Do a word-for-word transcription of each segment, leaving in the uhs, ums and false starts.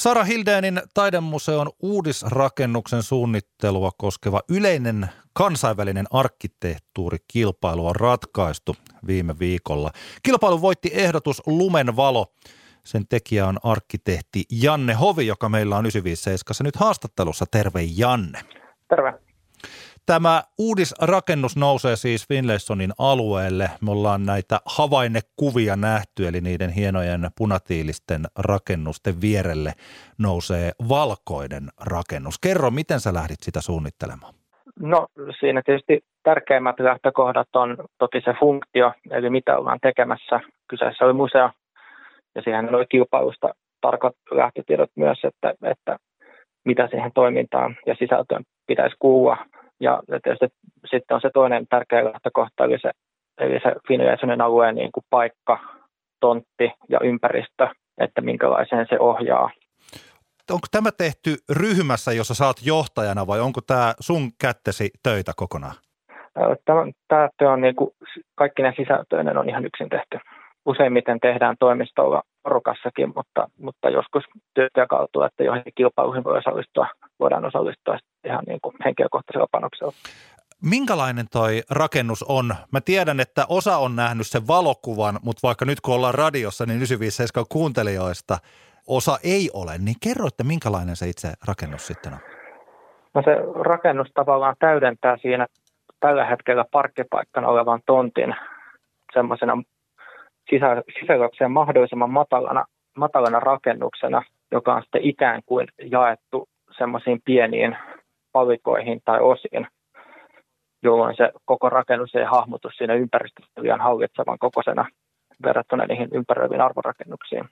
Sara Hildénin taidemuseon uudisrakennuksen suunnittelua koskeva yleinen kansainvälinen arkkitehtuurikilpailu on ratkaistu viime viikolla. Kilpailu voitti ehdotus Lumen valo. Sen tekijä on arkkitehti Janne Hovi, joka meillä on yhdeksänsataaviisikymmentäseitsemän nyt haastattelussa. Terve Janne. Terve. Tämä uudisrakennus nousee siis Finlaysonin alueelle. Me ollaan näitä havainnekuvia nähty, eli niiden hienojen punatiilisten rakennusten vierelle nousee valkoinen rakennus. Kerro, miten sä lähdit sitä suunnittelemaan? No siinä tietysti tärkeimmät lähtökohdat on toki se funktio, eli mitä ollaan tekemässä. Kyseessä oli museo ja siihen oli kilpailusta tarkat lähtötiedot myös, että, että mitä siihen toimintaan ja sisältöön pitäisi kuulua. Ja tietysti sitten on se toinen tärkeä lähtökohta, eli se, eli se Finlaysonin alueen niin kuin paikka, tontti ja ympäristö, että minkälaiseen se ohjaa. Onko tämä tehty ryhmässä, jossa sä oot johtajana, vai onko tämä sun kättesi töitä kokonaan? Tämä, tämä työ on niin kuin, kaikki ne sisältöinen on ihan yksin tehty. Useimmiten tehdään toimistolla porukassakin, mutta, mutta joskus työt jakautuu, että joihin kilpailuihin voi osallistua, voidaan osallistua ihan niin kuin henkilökohtaisella panoksella. Minkälainen toi rakennus on? Mä tiedän, että osa on nähnyt sen valokuvan, mutta vaikka nyt kun ollaan radiossa, niin yhdeksänsataaviisikymmentäseitsemän kuuntelijoista osa ei ole. Niin kerro, että minkälainen se itse rakennus sitten on? No se rakennus tavallaan täydentää siinä tällä hetkellä parkkipaikkana olevan tontin semmoisena sisällökseen mahdollisimman matalana, matalana rakennuksena, joka on sitten ikään kuin jaettu semmoisiin pieniin palikoihin tai osiin, jolloin se koko rakennus ei hahmotu siinä ympäristössä liian hallitsevan kokoisena verrattuna niihin ympäröiviin arvorakennuksiin.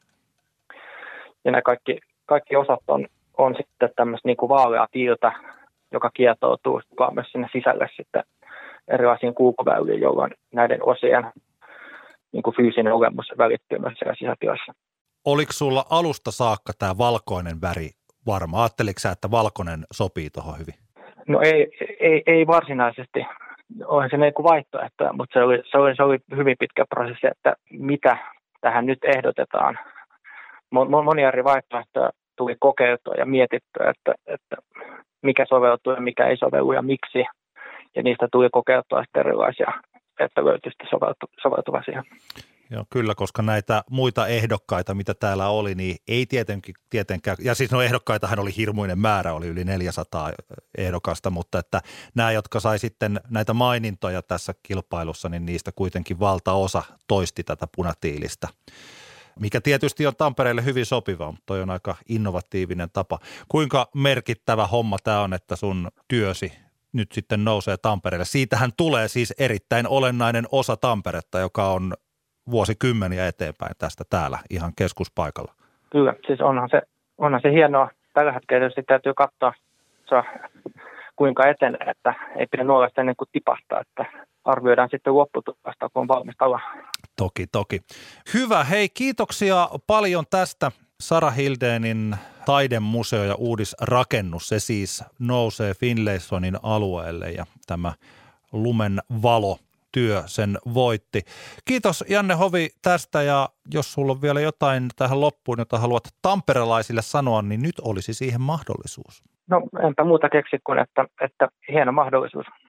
Ja nämä kaikki, kaikki osat on, on sitten tämmöistä niin kuin vaaleaa tiiltä, joka kietoutuu myös sinne sisälle sitten erilaisiin kulkuväyliin, jolloin näiden osien niin kuin fyysinen olemus välittyy myös siellä sisätilassa. Oliko sulla alusta saakka tämä valkoinen väri varma? Ajatteliko sä, että valkoinen sopii tuohon hyvin? No ei, ei, ei varsinaisesti. Onhan se niin kuin vaihtoehto, mutta se oli, se, oli, se oli hyvin pitkä prosessi, että mitä tähän nyt ehdotetaan. Monia eri vaihtoehtoja tuli kokeiltua ja mietittyä, että, että mikä soveltuu ja mikä ei sovellu ja miksi. Ja niistä tuli kokeiltua sitten erilaisia, että löytyisi soveltu, soveltuva siihen. Joo, kyllä, koska näitä muita ehdokkaita, mitä täällä oli, niin ei tietenkin, tietenkään, ja siis no ehdokkaitahan oli hirmuinen määrä, oli yli neljäsataa ehdokasta, mutta että nämä, jotka sai sitten näitä mainintoja tässä kilpailussa, niin niistä kuitenkin valtaosa toisti tätä punatiilistä, mikä tietysti on Tampereelle hyvin sopiva, mutta toi on aika innovatiivinen tapa. Kuinka merkittävä homma tämä on, että sun työsi nyt sitten nousee Tampereelle? Siitähän tulee siis erittäin olennainen osa Tamperetta, joka on vuosikymmeniä eteenpäin tästä täällä ihan keskuspaikalla. Kyllä, siis onhan se, onhan se hienoa. Tällä hetkellä tietysti täytyy katsoa, kuinka etenee, että ei pidä nuolesta ennen kuin tipahtaa, että arvioidaan sitten lopputulosta, kun on valmistalla. Toki, toki. Hyvä, hei kiitoksia paljon tästä. Sara Hildénin taidemuseo ja uudisrakennus, se siis nousee Finlaysonin alueelle ja tämä Lumen valo työ sen voitti. Kiitos Janne Hovi tästä, ja jos sulla on vielä jotain tähän loppuun, jota haluat tamperelaisille sanoa, niin nyt olisi siihen mahdollisuus. No enpä muuta keksi kuin, että, että hieno mahdollisuus.